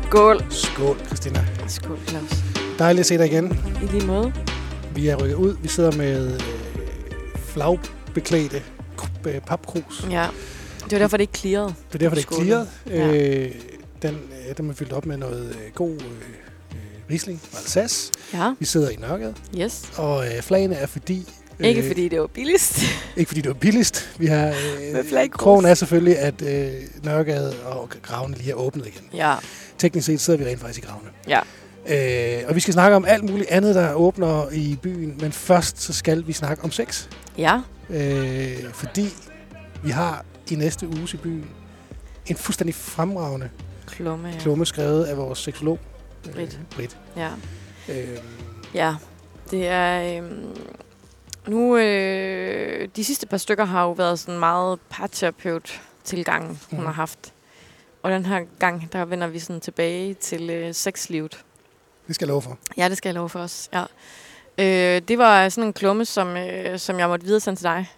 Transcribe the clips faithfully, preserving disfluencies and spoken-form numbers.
Skål. Skål, Christina. Skål, Claus. Dejligt at se dig igen. I lige måde. Vi er rykket ud. Vi sidder med øh, flagbeklædte øh, papkrus. Ja, det var derfor, det ikke clearede. Det er derfor, det ikke clearede. Ja. Øh, den, øh, den er fyldt op med noget øh, god øh, Riesling og Alsace. Ja. Vi sidder i Nørregade. Yes. Og øh, flagene er fordi... Øh, ikke fordi det var billigst. Ikke fordi det var billigst. Vi har... Øh, krogen er selvfølgelig, at øh, Nørregade og Gravene lige er åbnet igen. Ja. Teknisk set sidder vi rent faktisk i Gravene. Ja. Øh, og vi skal snakke om alt muligt andet, der åbner i byen. Men først så skal vi snakke om sex. Ja. Øh, fordi vi har i næste uge i byen en fuldstændig fremragende klumme, ja. klumme skrevet af vores seksolog. Britt. Øh, Britt. Ja. Øh, ja. Det er... Øh, nu... Øh, de sidste par stykker har jo været sådan meget parterapeut-tilgang, hun mm. har haft. Og den her gang, der vender vi sådan tilbage til øh, sexlivet. Det skal jeg love for. Ja, det skal jeg love for os. Ja. Øh, det var sådan en klumme, som, øh, som jeg måtte videresende til dig.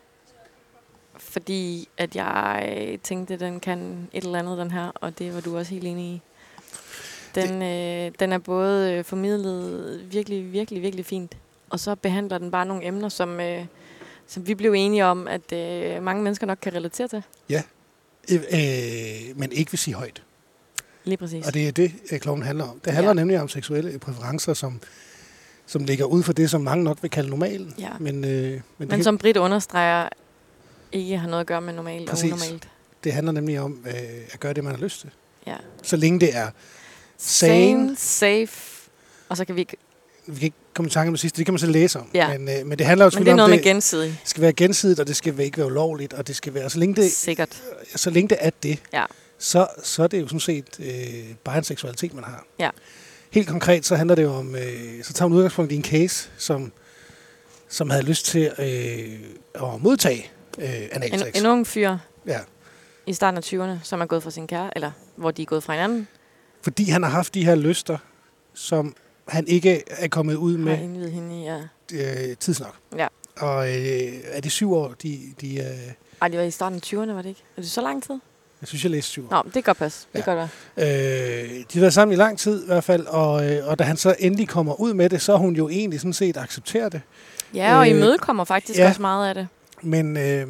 Fordi at jeg øh, tænkte, at den kan et eller andet, den her. Og det var du også helt enig i. Den, øh, den er både øh, formidlet virkelig, virkelig, virkelig fint. Og så behandler den bare nogle emner, som, øh, som vi blev enige om, at øh, mange mennesker nok kan relatere til. Ja, øh, øh, men ikke vil sige højt. Lige præcis. Og det er det, klumen handler om. Det handler ja. nemlig om seksuelle præferencer, som, som ligger ud for det, som mange nok vil kalde normalen. Ja. Men, øh, men, men det som Britt understreger, ikke har noget at gøre med normalt præcis. og unormalt. Det handler nemlig om øh, at gøre det, man har lyst til. Ja. Så længe det er sane, sane, safe, og så kan vi ikke... Vi kan ikke komme i tanke om det sidste, det kan man så læse om. Ja. Men, øh, men det handler jo men det er noget om, med det gensidigt. Det skal være gensidigt, og det skal ikke være ulovligt, og det skal være... Så længe det, Sikkert. Så længe det er det, ja. så, så er det jo sådan set øh, bare en seksualitet, man har. Ja. Helt konkret, så handler det jo om... Øh, så tager hun udgangspunkt i en case, som, som havde lyst til øh, at modtage øh, analsex. En, en ung fyr ja. i starten af tyverne, som er gået fra sin kære, eller hvor de er gået fra hinanden. Fordi han har haft de her lyster, som han ikke er kommet ud med har indvidet hende i, ja. øh, tidsnok. Ja. Og øh, er det syv år, de... de øh, Ej, det var i starten af tyverne, var det ikke? Er det så lang tid? Jeg synes, jeg læste syv år. Nå, det kan godt passe. Det ja. godt være. Øh, de har været sammen i lang tid i hvert fald, og, øh, og da han så endelig kommer ud med det, så hun jo egentlig sådan set accepterer det. Ja, og øh, imødekommer faktisk ja, også meget af det. Men, øh,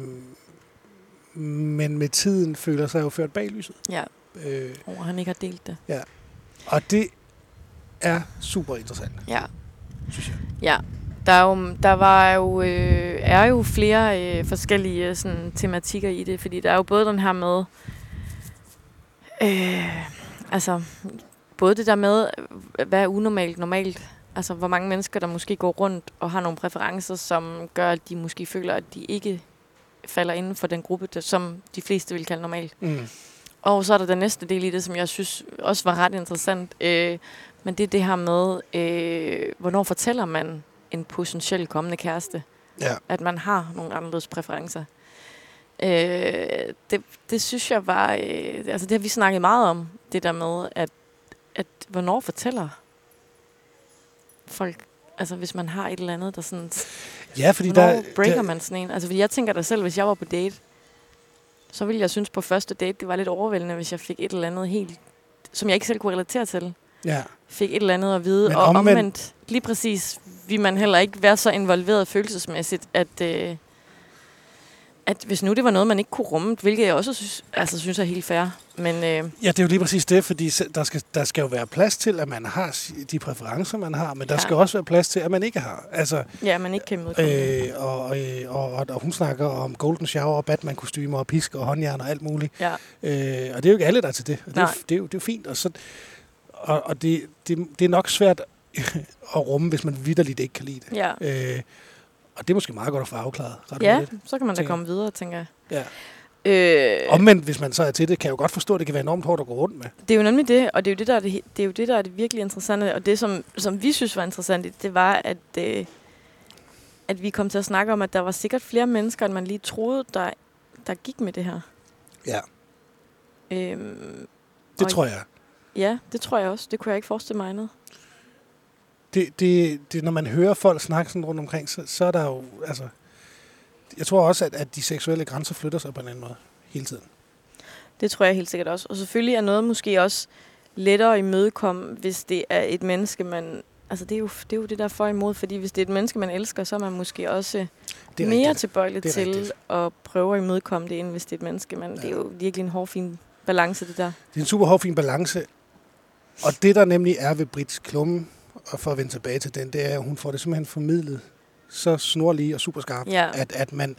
men med tiden føler sig jo ført bag lyset. Ja, øh, og han ikke har delt det. Ja, og det er super interessant. Ja. Synes jeg. Ja. Der, er jo, der var jo, øh, er jo flere øh, forskellige sådan, tematikker i det, fordi der er jo både den her med, øh, altså, både det der med, hvad er unormalt normalt, altså hvor mange mennesker, der måske går rundt og har nogle præferencer, som gør, at de måske føler, at de ikke falder inden for den gruppe, der, som de fleste vil kalde normalt. Mm. Og så er der den næste del i det, som jeg synes også var ret interessant, øh, men det er det her med, øh, hvornår fortæller man en potentiel kommende kæreste, ja. at man har nogle anderledes præferencer. Øh, det, det synes jeg var, øh, altså det har vi snakket meget om, det der med, at, at hvornår fortæller folk, altså hvis man har et eller andet, der sådan, ja, fordi hvornår der, breaker der, man sådan en? Altså fordi jeg tænker da selv, hvis jeg var på date, så ville jeg synes på første date, det var lidt overvældende, hvis jeg fik et eller andet helt, som jeg ikke selv kunne relatere til. Ja. Fik et eller andet at vide, men og omvendt, omvendt, lige præcis, vil man heller ikke være så involveret følelsesmæssigt, at, øh, at hvis nu det var noget, man ikke kunne rumme, hvilket jeg også synes, altså, synes er helt fair. Men, øh, ja, det er jo lige præcis det, fordi der skal, der skal jo være plads til, at man har de præferencer, man har, men der ja. skal også være plads til, at man ikke har. Altså, ja, man ikke kan imødekomme. Øh, og, øh, og, og, og hun snakker om golden shower, og Batman-kostymer, og pisk, og håndjern, og alt muligt. Ja. Øh, og det er jo ikke alle, der er til det. Og det, er, det, er jo, det er jo fint. Og, så, og, og det, det, det er nok svært at rumme, hvis man vitterligt ikke kan lide det. Ja. Øh, og det er måske meget godt at få afklaret. Ja, lidt, så kan man da komme videre, tænker jeg. Ja. Øh, Omvendt, hvis man så er til det, kan jeg jo godt forstå, at det kan være enormt hårdt at gå rundt med. Det er jo nemlig det, og det er jo det, der er det, det, er jo det, der er det virkelig interessante. Og det, som, som vi synes var interessant, det var, at, øh, at vi kom til at snakke om, at der var sikkert flere mennesker, end man lige troede, der, der gik med det her. Ja. Øhm, det tror jeg. Ja, det tror jeg også. Det kunne jeg ikke forestille mig andet. Det, det, det, når man hører folk snakke sådan rundt omkring, så, så er der jo, altså, jeg tror også, at, at de seksuelle grænser flytter sig på en anden måde hele tiden. Det tror jeg helt sikkert også. Og selvfølgelig er noget måske også lettere imødekomme, hvis det er et menneske, man... Altså, det er, jo, det er jo det, der er for imod, fordi hvis det er et menneske, man elsker, så er man måske også mere rigtigt. tilbøjelig til rigtigt. at prøve at imødekomme det, end hvis det er et menneske. Men ja. det er jo virkelig en hård, fin balance, det der. Det er en super hård, fin balance. Og det, der nemlig er ved Britt Klumme, og for at vende tilbage til den, det er, at hun får det simpelthen formidlet så snorlige og super skarpt, ja. at, at man...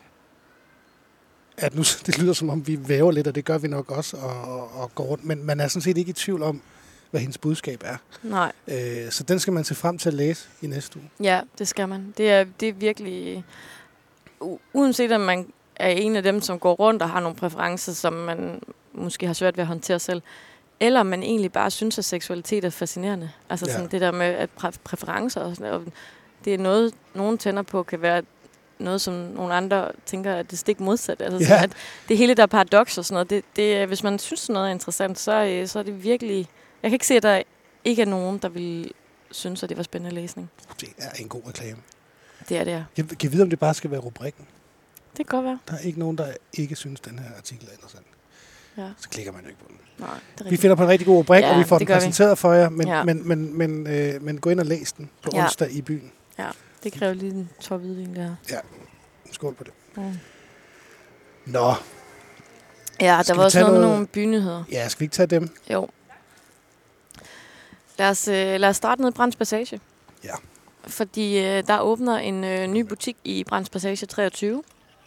At nu, det lyder som om, vi væver lidt, og det gør vi nok også, og, og, og går rundt. Men man er sådan set ikke i tvivl om, hvad hendes budskab er. Nej. Øh, så den skal man se frem til at læse i næste uge. Ja, det skal man. Det er, det er virkelig... U- uanset om man er en af dem, som går rundt og har nogle præferencer, som man måske har svært ved at håndtere selv, eller om man egentlig bare synes, at seksualitet er fascinerende. Altså ja. sådan det der med at præ- præferencer og sådan noget. Det er noget, nogen tænder på, kan være noget, som nogle andre tænker, at det stik modsat. Altså, ja. at det hele, der er paradoks og sådan noget, det, det, hvis man synes, noget er interessant, så, så er det virkelig... Jeg kan ikke se, at der ikke er nogen, der vil synes, at det var spændende læsning. Det er en god reklame. Det er det, ja. Jeg kan vide, om det bare skal være rubrikken. Det kan godt være. Der er ikke nogen, der ikke synes, den her artikel er interessant. Ja. Så klikker man jo ikke på den. Nej, det er vi finder på en rigtig god rubrik, ja, og vi får den præsenteret vi. for jer, men, ja. men, men, men, øh, men gå ind og læs den på ja. onsdag i byen. Ja, det kræver lige en tår hvidvin der. Ja, skål på det. Mm. Nå. Ja, der var også noget med nogle bynyheder. Ja, skal vi ikke tage dem? Jo. Lad os, øh, lad os starte ned i Brands Passage. Ja. Fordi øh, der åbner en øh, ny butik i Brands Passage treogtyve.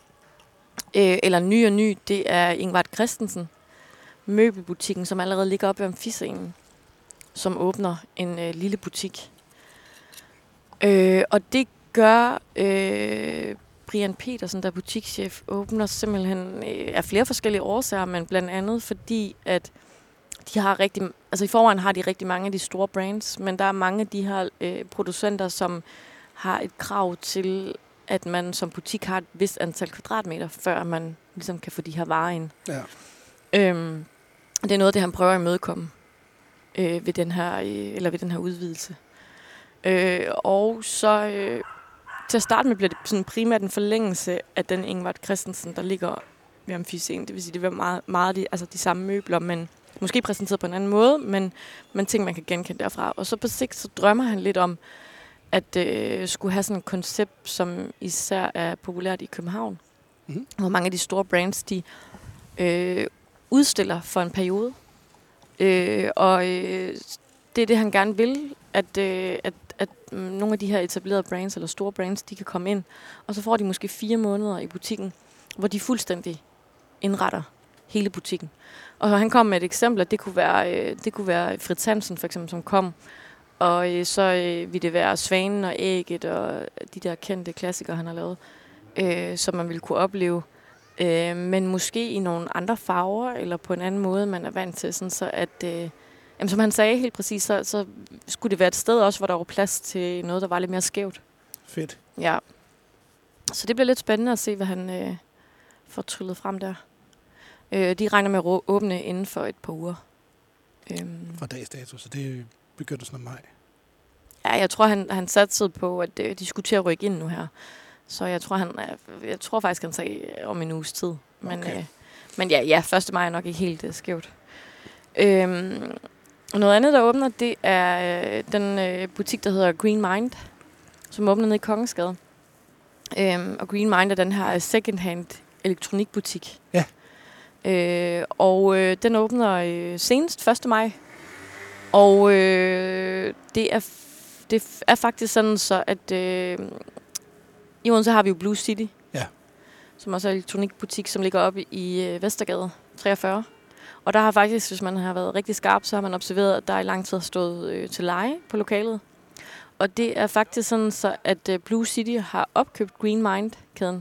Øh, eller ny og ny, det er Ingvard Christensen. Møbelbutikken, som allerede ligger oppe ved Amfiscenen, som åbner en øh, lille butik. Øh, og det gør øh, Brian Petersen, der er butikschef, åbner simpelthen øh, af flere forskellige årsager, men blandt andet fordi, at de har rigtig, altså i forvejen har de rigtig mange af de store brands, men der er mange af de her øh, producenter, som har et krav til, at man som butik har et vist antal kvadratmeter, før man ligesom kan få de her varer ind. Ja. Øhm, det er noget af det, han prøver at imødekomme øh, ved den her, øh, eller ved den her udvidelse. Øh, og så øh, til at starte med bliver det sådan primært en forlængelse af den Ingvard Christensen, der ligger ved Amfiscenen. Det vil sige, det vil være meget, meget de, altså de samme møbler, men måske præsenteret på en anden måde, men, men ting, man kan genkende derfra. Og så på sigt, så drømmer han lidt om, at øh, skulle have sådan et koncept, som især er populært i København. Mm. Hvor mange af de store brands, de øh, udstiller for en periode. Øh, og øh, det er det, han gerne vil, at, øh, at, at øh, nogle af de her etablerede brands, eller store brands, de kan komme ind. Og så får de måske fire måneder i butikken, hvor de fuldstændig indretter hele butikken. Og han kom med et eksempel, at det kunne være, øh, det kunne være Fritz Hansen, for eksempel, som kom. Og øh, så øh, vil det være Svanen og Ægget og de der kendte klassikere, han har lavet, øh, som man ville kunne opleve. Øh, men måske i nogle andre farver, eller på en anden måde, man er vant til. Sådan så at, øh, jamen, som han sagde helt præcis, så, så skulle det være et sted også, hvor der var plads til noget, der var lidt mere skævt. Fedt. Ja. Så det bliver lidt spændende at se, hvad han øh, får tryllet frem der. Øh, de regner med at åbne inden for et par uger. Øhm. Fra dags dato, så det er begyndelsen af maj. Ja, jeg tror, han, han satsede på, at øh, de skulle til at rykke ind nu her. Så jeg tror, han, øh, jeg tror faktisk, han sagde om en uges tid. Men, okay. øh, men ja, ja, første maj er nok ikke helt øh, skævt. Øhm, og noget andet, der åbner, det er øh, den øh, butik, der hedder Green Mind, som åbner nede i Kongensgade. Øhm, og Green Mind er den her second-hand elektronikbutik. Ja. Øh, og øh, den åbner øh, senest første maj. Og øh, det, er f- det f- er faktisk sådan, så at øh, i Odense har vi jo Blue City, ja. som også er en elektronikbutik, som ligger oppe i øh, Vestergade treogfyrre. Og der har faktisk, hvis man har været rigtig skarp, så har man observeret, at der i lang tid har stået øh, til leje på lokalet. Og det er faktisk sådan, så at øh, Blue City har opkøbt Green Mind-kæden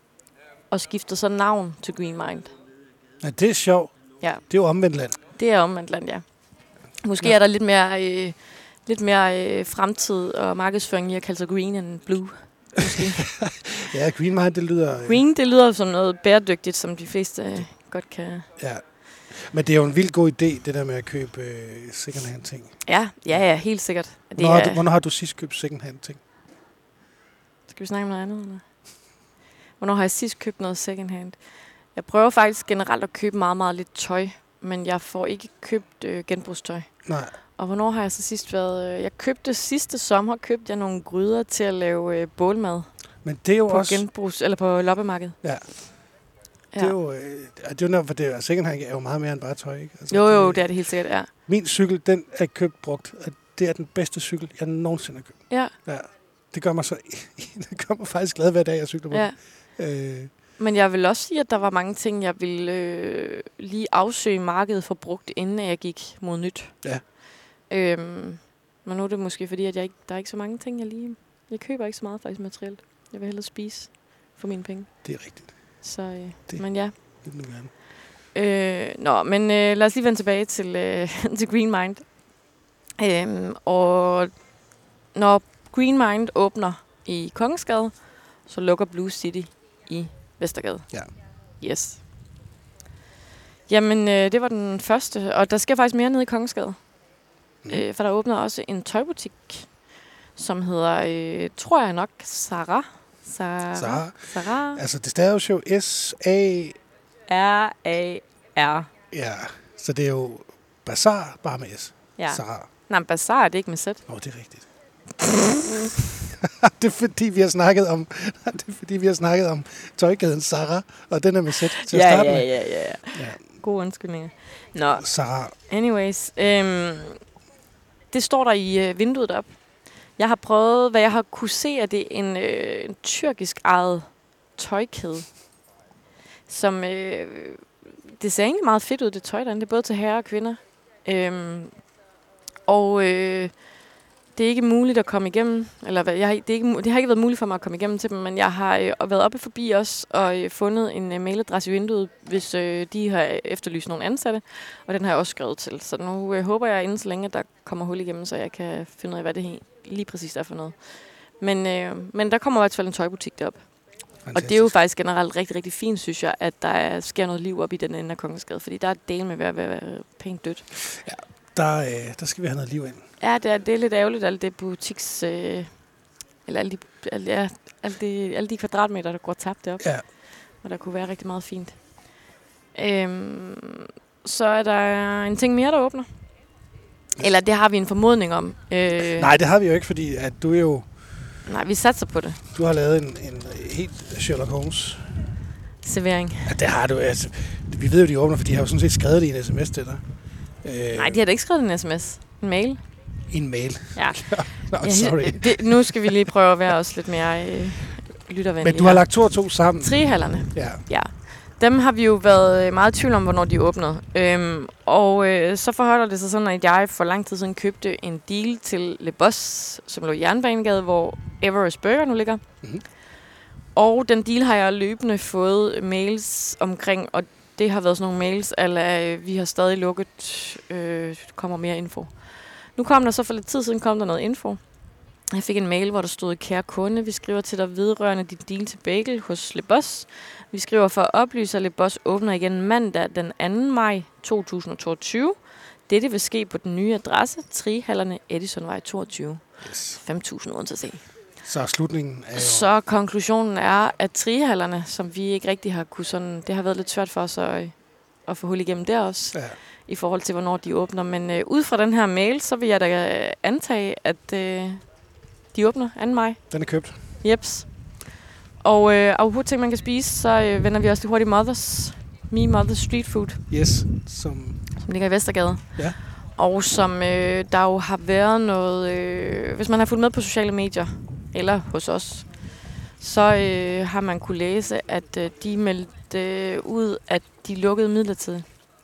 og skiftet så navn til Green Mind. Ja, det er sjovt. Ja. Det er jo omvendt land. Det er omvendt land, ja. Måske ja. er der lidt mere, øh, lidt mere øh, fremtid og markedsføring i at kalde sig green end blue. Måske. Ja, Green Mind, det lyder... Øh... Green, det lyder som noget bæredygtigt, som de fleste øh, godt kan... Ja, men det er jo en vildt god idé, det der med at købe øh, second-hand ting. Ja, ja, ja, helt sikkert. Det hvornår, har er... du, hvornår har du sidst købt second-hand ting? Skal vi snakke om noget andet, eller? Hvornår har jeg sidst købt noget second-hand? Jeg prøver faktisk generelt at købe meget, meget lidt tøj. men jeg får ikke købt øh, genbrugstøj. Nej. Og hvornår har jeg så sidst været... Øh, jeg købte sidste sommer købte jeg nogle gryder til at lave øh, bålmad. Men det er jo på også... genbrugs, eller på loppemarkedet. Ja. Ja. Det er jo... Øh, det er jo, for det er, secondhand er jo meget mere end bare tøj, ikke? Altså, Jo, jo, det, det er det helt sikkert, ja. Min cykel, den er købt brugt. Og det er den bedste cykel, jeg nogensinde har købt. Ja. Ja. Det gør mig så... det gør mig faktisk glad hver dag, jeg cykler på Ja. øh, Men jeg vil også sige, at der var mange ting, jeg ville øh, lige afsøge markedet for brugt, inden jeg gik mod nyt. Ja. Øhm, men nu er det måske fordi, at jeg ikke, der er ikke så mange ting, jeg lige... Jeg køber ikke så meget faktisk materielt. Jeg vil hellere spise for mine penge. det er rigtigt. Så, øh, Det- men ja. Det vil du gerne. Øh, nå, men øh, lad os lige vende tilbage til, øh, til Green Mind. Øhm, og når Green Mind åbner i Kongensgade, så lukker Blue City i Vestergade. Ja. Yes. Jamen, øh, det var den første, og der sker faktisk mere nede i Kongensgade. Mm. Øh, for der åbner også en tøjbutik, som hedder, øh, tror jeg nok, Zara. Zara. Zara. Zara. Altså, det staves jo S A... R A R. Ja, så det er jo Bazaar, bare med S. Ja. Zara. Nej, men Bazaar er det ikke med sæt. Åh, oh, det er rigtigt. det er fordi, vi har snakket om, det er fordi, vi har snakket om tøjkæden Zara, og den er med sæt til at Ja, starte ja, med. ja, ja, ja. Ja. Gode undskyldninger. Nå, Zara. anyways. Øhm, det står der i øh, vinduet op. Jeg har prøvet, hvad jeg har kunne se, at det er en, øh, en tyrkisk ejet tøjkæde. Som, øh, det ser egentlig meget fedt ud, det tøj derinde. Det er både til herrer og kvinder. Øhm, og øh, det er ikke muligt at komme igennem, eller hvad, jeg har, det, er ikke, det har ikke været muligt for mig at komme igennem til dem, men jeg har øh, været oppe forbi også og øh, fundet en øh, mailadresse i vinduet, hvis øh, de har efterlyst nogle ansatte, og den har jeg også skrevet til. Så nu øh, håber jeg inden så længe, at der kommer hul igennem, så jeg kan finde ud af, hvad det he- lige præcis er for noget. Men, øh, men der kommer i hvert fald en tøjbutik derop. Fantastisk. Og det er jo faktisk generelt rigtig, rigtig fint, synes jeg, at der er, sker noget liv op i den ende af Kongensgade, fordi der er del med at være, være pænt dødt. Der, øh, der skal vi have noget liv ind. Ja, det er, det er lidt ærgerligt, alt det butiks... Øh, eller alle de, alle, ja, alle, de, alle de kvadratmeter, der går tabt deroppe. Ja. Og der kunne være rigtig meget fint. Øhm, så er der en ting mere, der åbner. Eller det har vi en formodning om. Øh, Nej, det har vi jo ikke, fordi at du er jo, nej, vi satser på det. du har lavet en, en helt Sherlock Holmes. Servering. Ja, det har du. Altså, vi ved jo, de åbner, for de har jo sådan set skrevet det i en sms til dig. Øh, Nej, de har da ikke skrevet en sms. En mail. I en mail. Ja. Nå, sorry. Ja, det, nu skal vi lige prøve at være også lidt mere øh, lyttervenlige. Men du har lagt to og to sammen. Trihallerne. Ja. Ja. Dem har vi jo været meget i tvivl om, hvornår de åbnede. Øhm, og øh, så forholder det sig sådan, at jeg for lang tid siden købte en deal til Le Boss, som lå i Jernbanegade, hvor Everest Burger nu ligger. Mm-hmm. Og den deal har jeg løbende fået mails omkring, og det har været sådan nogle mails, eller vi har stadig lukket, øh, kommer mere info. Nu kom der så for lidt tid siden, kom der noget info. Jeg fik en mail, hvor der stod, kære kunde, vi skriver til dig vedrørende dit deal til bagel hos Le Boss. Vi skriver for at oplyse, at Le Boss åbner igen mandag den anden maj to tusind toogtyve. Dette vil ske på den nye adresse, Trihallerne, Edisonvej toogtyve. Yes. fem tusind uden til at se. Så slutningen er jo... Så konklusionen er, at Trihallerne, som vi ikke rigtig har kunne sådan... Det har været lidt svært for os at, at få hul igennem der også, Ja. i forhold til, hvornår de åbner. Men øh, ud fra den her mail, så vil jeg da øh, antage, at øh, de åbner anden maj. Den er købt. Jeps. Og øh, apropos ting, man kan spise, så øh, vender vi også lige hurtigt Mothers. Me Mothers Street Food, Yes. Som... som ligger i Vestergade. Ja. Og som øh, der jo har været noget... Øh, hvis man har fulgt med på sociale medier, eller hos os, så øh, har man kunne læse, at øh, de meldte øh, ud, at de lukkede midlertidigt.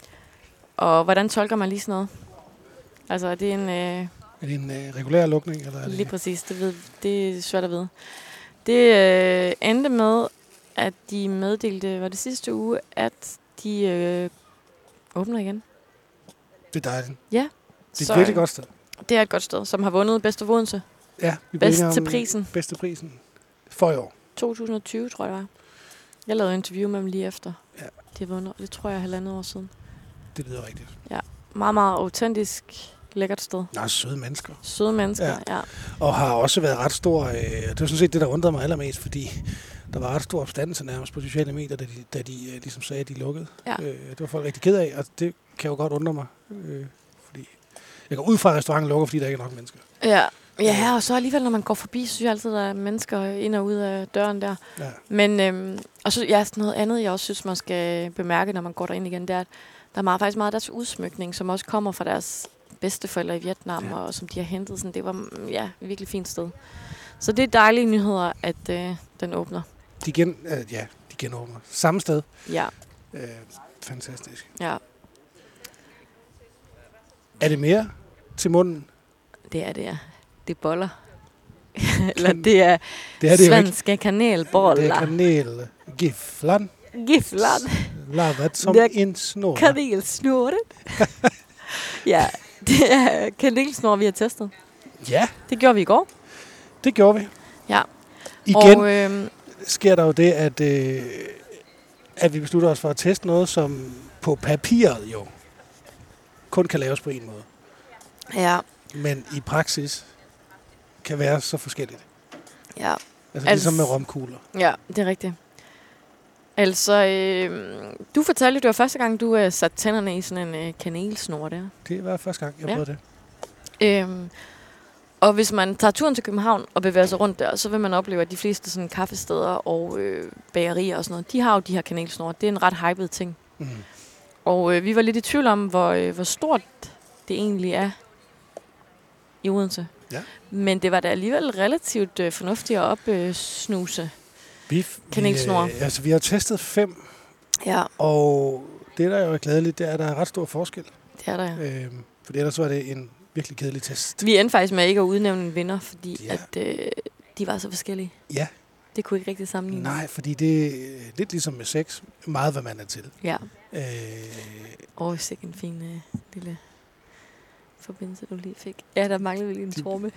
Og hvordan tolker man lige sådan noget? Altså, er det en... Øh, Er det en øh, regulær lukning? Eller er det... Lige præcis, det, ved, det er svært at vide. Det øh, endte med, at de meddelte, var det sidste uge, at de øh, åbner igen. Det er dejligt. Ja. Det er så, et virkelig godt sted. Det er et godt sted, som har vundet bedst af Odense. Ja, vi blev Bedst enige om til prisen. Bedste prisen for i år. to tusind tyve, tror jeg det var. Jeg lavede et interview med dem lige efter. Ja. De har vundet, det tror jeg er halvandet år siden. Det lyder rigtigt. Meget, meget autentisk, lækkert sted. Nå, søde mennesker. Søde mennesker, Ja. ja. ja. Og har også været ret stor. Øh, det var sådan set det, der undrede mig allermest, fordi der var ret stor opstandelse nærmest på sociale medier, da de, da de uh, ligesom sagde, at de lukkede. Ja. Øh, det var folk rigtig ked af, og det kan jo godt undre mig. Øh, fordi jeg går ud fra, at restauranten lukker, fordi der ikke er nok mennesker. Ja. Ja, og så alligevel, når man går forbi, så synes jeg altid, der er mennesker ind og ud af døren der. Ja. Men, øhm, og så ja, noget andet, jeg også synes, man skal bemærke, når man går derind igen, det er, at der er meget, faktisk meget af deres udsmykning, som også kommer fra deres bedsteforældre i Vietnam, ja. Og som de har hentet. Sådan, det var ja, et virkelig fint sted. Så det er dejlige nyheder, at øh, den åbner. De, gen, øh, ja, de genåbner. Samme sted. Ja. Øh, fantastisk. Ja. Er det mere til munden? Det er det, ja. Det er boller. Eller det er, det er det svenske kanelboller. Det er kanel. Giflan. Giflan. Lavet som en snor. Kanelsnåret. Ja, det er kanelsnor, vi har testet. Ja. Det gjorde vi i går. Det gjorde vi. Ja. Igen og, øh, sker der jo det, at, øh, at vi beslutter os for at teste noget, som på papiret jo kun kan laves på en måde. Ja. Men i praksis kan være så forskelligt. Ja. Altså ligesom med romkugler. Ja, det er rigtigt. Altså, øh, du fortalte, at det var første gang, du øh, satte tænderne i sådan en øh, kanelsnor der. Det var første gang, jeg ja. prøvede det. Øhm, og hvis man tager turen til København og bevæger sig rundt der, så vil man opleve, at de fleste sådan, kaffesteder og øh, bagerier og sådan noget, de har jo de her kanelsnore. Det er en ret hyped ting. Mm. Og øh, vi var lidt i tvivl om, hvor, øh, hvor stort det egentlig er i Odense. Ja. Men det var da alligevel relativt øh, fornuftigt at opsnuse øh, Beef, kanelsnore. Vi, øh, altså, vi har testet fem, ja. Og det, der er jo glædeligt, det er, at der er ret stor forskel. Det er der, ja. Øh, for ellers var det en virkelig kedelig test. Vi endte faktisk med ikke at udnævne en vinder, fordi ja. at, øh, de var så forskellige. Ja. Det kunne ikke rigtig sammenligne. Nej, fordi det er lidt ligesom med sex. Meget, hvad man er til. Ja. Øh, Åh, oh, sikke en fin øh, lille forbindelse, du lige fik. Ja, der manglede lige en de... tromme.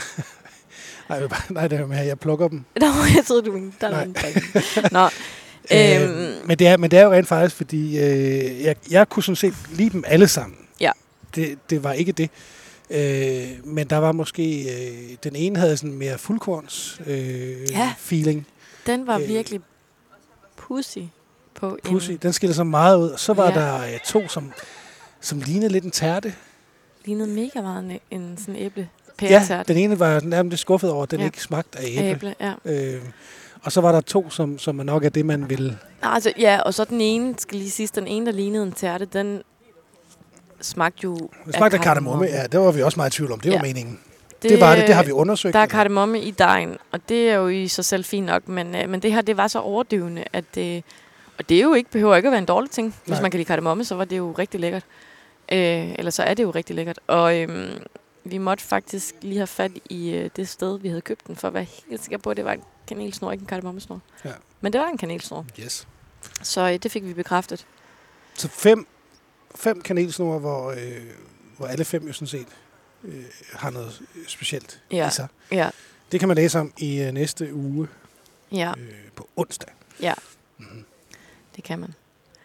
nej, nej, det er med, at jeg plukker dem. Nå, jeg troede, du mente, der var en Nå. øh, øhm. men, det er, men det er jo rent faktisk, fordi øh, jeg, jeg kunne sådan set lide dem alle sammen. Ja. Det, det var ikke det. Øh, men der var måske... Øh, den ene havde sådan mere fuldkorns øh, ja. feeling. Den var øh, virkelig pussy. På pussy. En... Den skilte så meget ud. Så var ja. der øh, to, som, som lignede lidt en tærte. Lignede mega meget en, en sådan æble. Ja, den ene var nærmest skuffet over, at den ja. ikke smagte af æble. æble ja. øh, og så var der to, som, som nok er det, man vil... Altså, ja, og så den ene, skal lige sige, den ene, der lignede en tærte, den smagte jo den smagte af kardemomme. Ja, det var vi også meget i tvivl om. Det ja. var meningen. Det, det var det, det har vi undersøgt. Der er kardemomme i dejen, og det er jo i sig selv fint nok, men, øh, men det her, det var så overdøvende, at det... Og det er jo ikke, behøver ikke at være en dårlig ting. Hvis Nej. man kan lide kardemomme, så var det jo rigtig lækkert. Øh, eller så er det jo rigtig lækkert. Og øhm, vi måtte faktisk lige have fat i øh, det sted, vi havde købt den, for at være helt sikker på, at det var en kanelsnor, ikke en kardemommesnor. Ja. Men det var en kanelsnor. Yes. Så øh, det fik vi bekræftet. Så fem, fem kanelsnore, hvor, øh, hvor alle fem jo sådan set øh, har noget specielt ja. i sig. Ja. Det kan man læse om i øh, næste uge ja. øh, på onsdag. Ja, mm-hmm. Det kan man.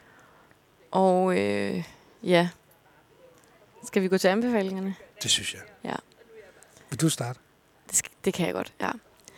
Og øh, ja... Skal vi gå til anbefalingerne? Det synes jeg. Ja. Vil du starte? Det, skal, det kan jeg godt, ja.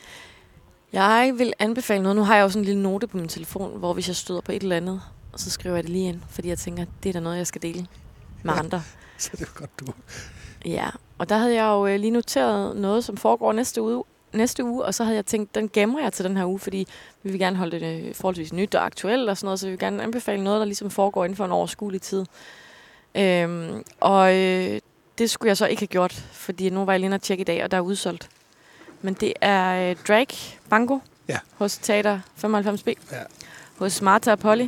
Jeg vil anbefale noget. Nu har jeg jo sådan en lille note på min telefon, hvor hvis jeg støder på et eller andet, og så skriver jeg det lige ind, fordi jeg tænker, det er da noget, jeg skal dele med ja, andre. Så det er godt, du. Ja, og der havde jeg jo lige noteret noget, som foregår næste uge, næste uge, og så havde jeg tænkt, den gemmer jeg til den her uge, fordi vi vil gerne holde det forholdsvis nyt og aktuelt og sådan noget, så vi vil gerne anbefale noget, der ligesom foregår inden for en overskuelig tid. Øhm, og øh, det skulle jeg så ikke have gjort, fordi nu var jeg lige inde og tjekke i dag, og der er udsolgt. Men det er øh, Drake Bango ja. hos Teater femoghalvfems B, ja. hos Martha og Polly.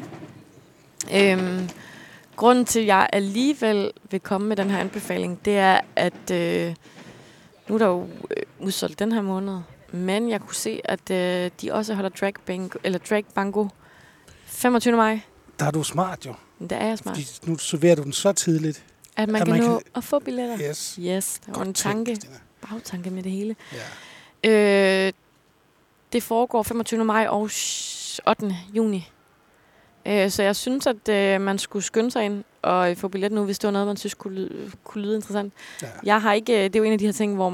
Øhm, grunden til, at jeg alligevel vil komme med den her anbefaling, det er, at øh, nu er der jo øh, udsolgt den her måned, men jeg kunne se, at øh, de også holder Drake Bango, eller Drake Bango femogtyvende maj. Der er du smart jo. Der er jeg smart. Fordi nu serverer du den så tidligt. At man, at kan, man nå kan at få billetter. Yes. Yes, der var en tanke, bagtanke med det hele. Ja. Øh, det foregår femogtyvende maj og ottende juni. Øh, så jeg synes, at øh, man skulle skynde sig ind og få billet nu, hvis det var noget, man synes kunne lyde, kunne lyde interessant. Ja. Jeg har ikke, det er jo en af de her ting, hvor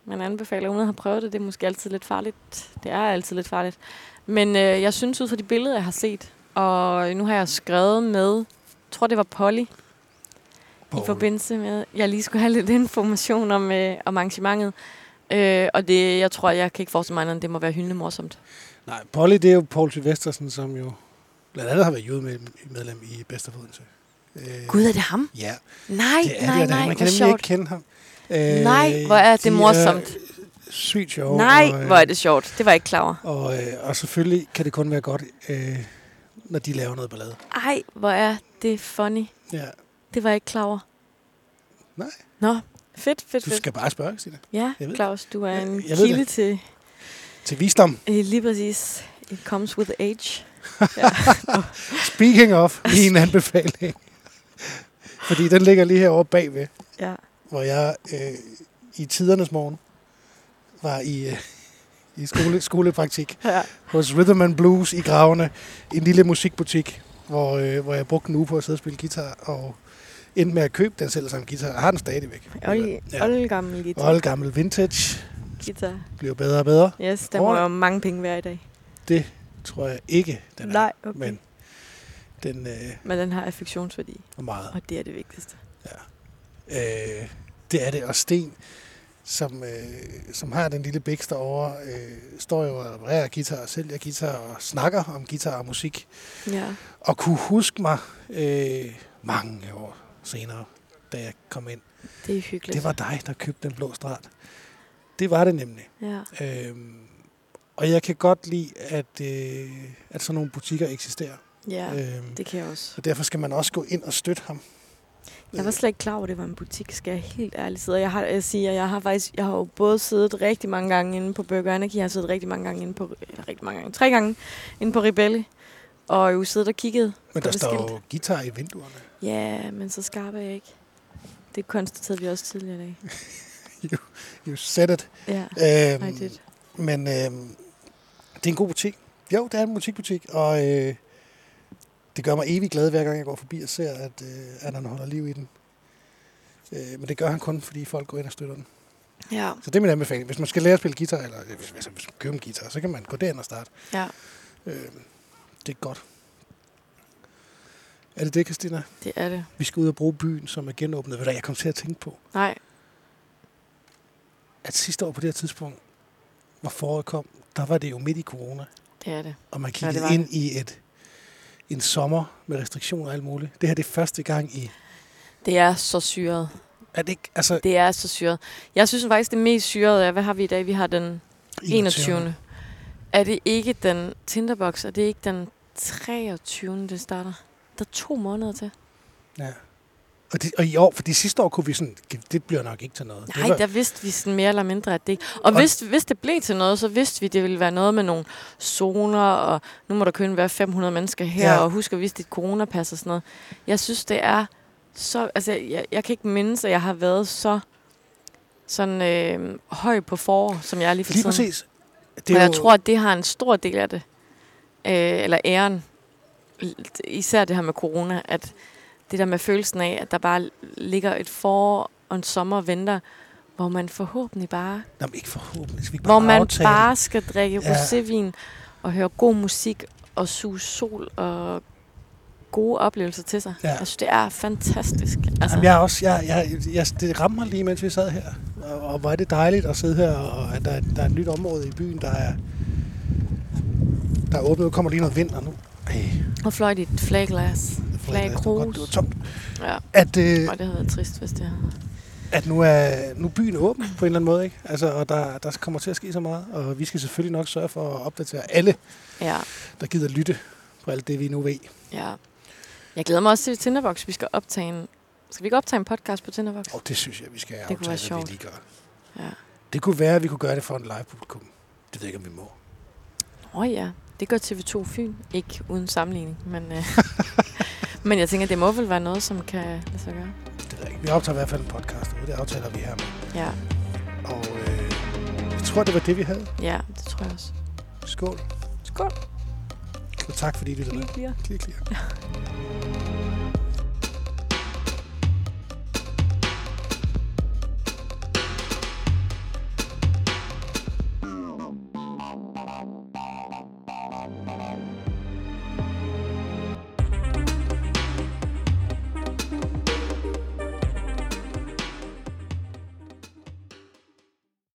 man anbefaler, uden at have prøvet det. Det er måske altid lidt farligt. Det er altid lidt farligt. Men øh, jeg synes ud fra de billeder, jeg har set, og nu har jeg skrevet med, jeg tror det var Polly, Paul. I forbindelse med, jeg lige skulle have lidt information om, øh, om arrangementet. Øh, og det, jeg tror, jeg kan ikke forestille mig, at det må være hyldende morsomt. Nej, Polly, det er jo Poul Sylvestersen, som jo blandt andet har været judemedlem i Bedst af Odense. Øh, Gud, er det ham? Ja. Nej, det er nej, det, nej, man kan hvor nemlig sjovt. ikke kende ham. Øh, nej, hvor er det morsomt. Er sygt sjovt. Nej, og, øh, hvor er det sjovt. Det var jeg ikke klar over. Og, øh, og selvfølgelig kan det kun være godt, øh, når de laver noget ballade. Ej, hvor er det funny. Ja. Det var jeg ikke klar over. Nej. Nå, fedt, fedt, Du fedt. skal bare spørge, Stine. Ja, Claus, du er en jeg kilde til... Til visdom. Øh, lige præcis. It comes with age. Ja. Speaking of, min anbefaling. Fordi den ligger lige herovre bagved. Ja. Hvor jeg øh, i tidernes morgen var i, øh, i skole, skolepraktik Ja. hos Rhythm and Blues i Gravene. En lille musikbutik, hvor, øh, hvor jeg brugte en uge på at sidde og spille guitar. Og endte med at købe den selv samme guitar. Jeg har den stadigvæk. Old, ja. oldgammel guitar. Oldgammel vintage. Guitar. Bliver bedre og bedre. Yes, der må jo mange penge være i dag. Det tror jeg ikke, den er. Nej, okay. Men den, øh, Men den har affektionsværdi. meget. Og det er det vigtigste. Ja. Øh, det er det. Og Sten, som, øh, som har den lille bæks derovre, øh, står jo og reparerer guitar og sælger guitar og snakker om guitar og musik. Ja. Og kunne huske mig øh, mange år senere, da jeg kom ind. Det er hyggeligt. Det var dig, der købte den blå strat. Det var det nemlig. Ja. Øhm, og jeg kan godt lide, at, øh, at sådan nogle butikker eksisterer. Ja, øhm, det kan jeg også. Og derfor skal man også gå ind og støtte ham. Jeg var slet ikke klar over, at det var en butik, skal jeg helt ærligt sige. Jeg har, jeg siger, jeg har faktisk, jeg har jo både siddet rigtig mange gange inde på Burger Anarchy, jeg har siddet rigtig mange gange inde på, eller rigtig mange gange, tre gange inde på Rebelli, og jo siddet og kigget. Men der står jo guitar i vinduerne. Ja, men så skarp er jeg ikke. Det konstaterede vi også tidligere i dag. you, you said it. Ja, øhm, I did. Men øhm, det er en god butik. Jo, det er en musikbutik, og øh, det gør mig evig glad, hver gang jeg går forbi og ser, at, øh, at han holder liv i den. Øh, men det gør han kun, fordi folk går ind og støtter den. Ja. Så det er min anbefaling. Hvis man skal lære at spille guitar, eller hvis, hvis man køber en guitar, så kan man gå derind og starte. Ja. Øh, det er godt. Er det det, Christina? Det er det. Vi skal ud og bruge byen, som er genåbnet. Hvad der jeg kom til at tænke på? Nej. At sidste år på det her tidspunkt, hvor foråret kom, der var det jo midt i corona. Det er det. Og man kiggede ja, ind det. i et en sommer med restriktioner og alt muligt. Det her det er første gang i... Det er så syret. Er det ikke? Altså... Det er så syret. Jeg synes faktisk, det mest syrede er, hvad har vi i dag? Vi har den enogtyvende Er det ikke den Tinderbox? Er det ikke den treogtyvende det starter? Der er to måneder til. Ja. Og, det, og i år, for de sidste år kunne vi sådan, det bliver nok ikke til noget. Nej, var... der vidste vi sådan mere eller mindre, at det ikke... Og, og hvis, hvis det blev til noget, så vidste vi, at det ville være noget med nogle zoner, og nu må der kun være fem hundrede mennesker her, ja. Og husk at vise dit coronapas og sådan noget. Jeg synes, det er så... Altså, jeg, jeg kan ikke mindes, at jeg har været så sådan øh, høj på forår, som jeg er lige for lige tiden. Lige præcis. Det og jeg jo... tror, at det har en stor del af det. Øh, eller æren. Især det her med corona, at det der med følelsen af, at der bare ligger et forår og en sommer og venter, hvor man forhåbentlig bare... Jamen ikke forhåbentlig. Vi bare hvor man aftale. bare skal drikke ja. rosévin og høre god musik og suge sol og gode oplevelser til sig. Ja. Jeg synes, det er fantastisk. Altså. Jamen, jeg også, jeg, jeg, jeg, det ramte mig lige, mens vi sad her. Og, og hvor er det dejligt at sidde her, og at der, der er et nyt område i byen, der er, der er åbnet. Nu kommer lige noget vind, og nu... Hey. Og fløj dit flagglas. Flagkrus. Det var tomt. Ja. At, øh, og det havde været trist, hvis det havde. At nu er nu er byen åben på en eller anden måde, ikke? Altså, og der, der kommer til at ske så meget. Og vi skal selvfølgelig nok sørge for at opdatere alle, ja. der gider lytte på alt det, vi nu ved. Ja. Jeg glæder mig også til Tinderbox. Vi skal optage en... Skal vi ikke optage en podcast på Tinderbox? Oh, det synes jeg, vi skal det aftale, hvad vi lige gør. Ja. Det kunne være, at vi kunne gøre det for en live-publikum. Det ved jeg ikke, om vi må. Åh oh, ja, det gør T V to Fyn. Ikke uden sammenligning, men... Øh, men jeg tænker, det må vel være noget, som kan lade sig gøre. Det ved jeg ikke. Vi optager i hvert fald en podcast, og det aftaler vi her med. Ja. Og øh, jeg tror, det var det, vi havde. Ja, det tror jeg også. Skål. Skål. Og tak fordi du lyttede med. Clear, clear. Clear, clear. Ja.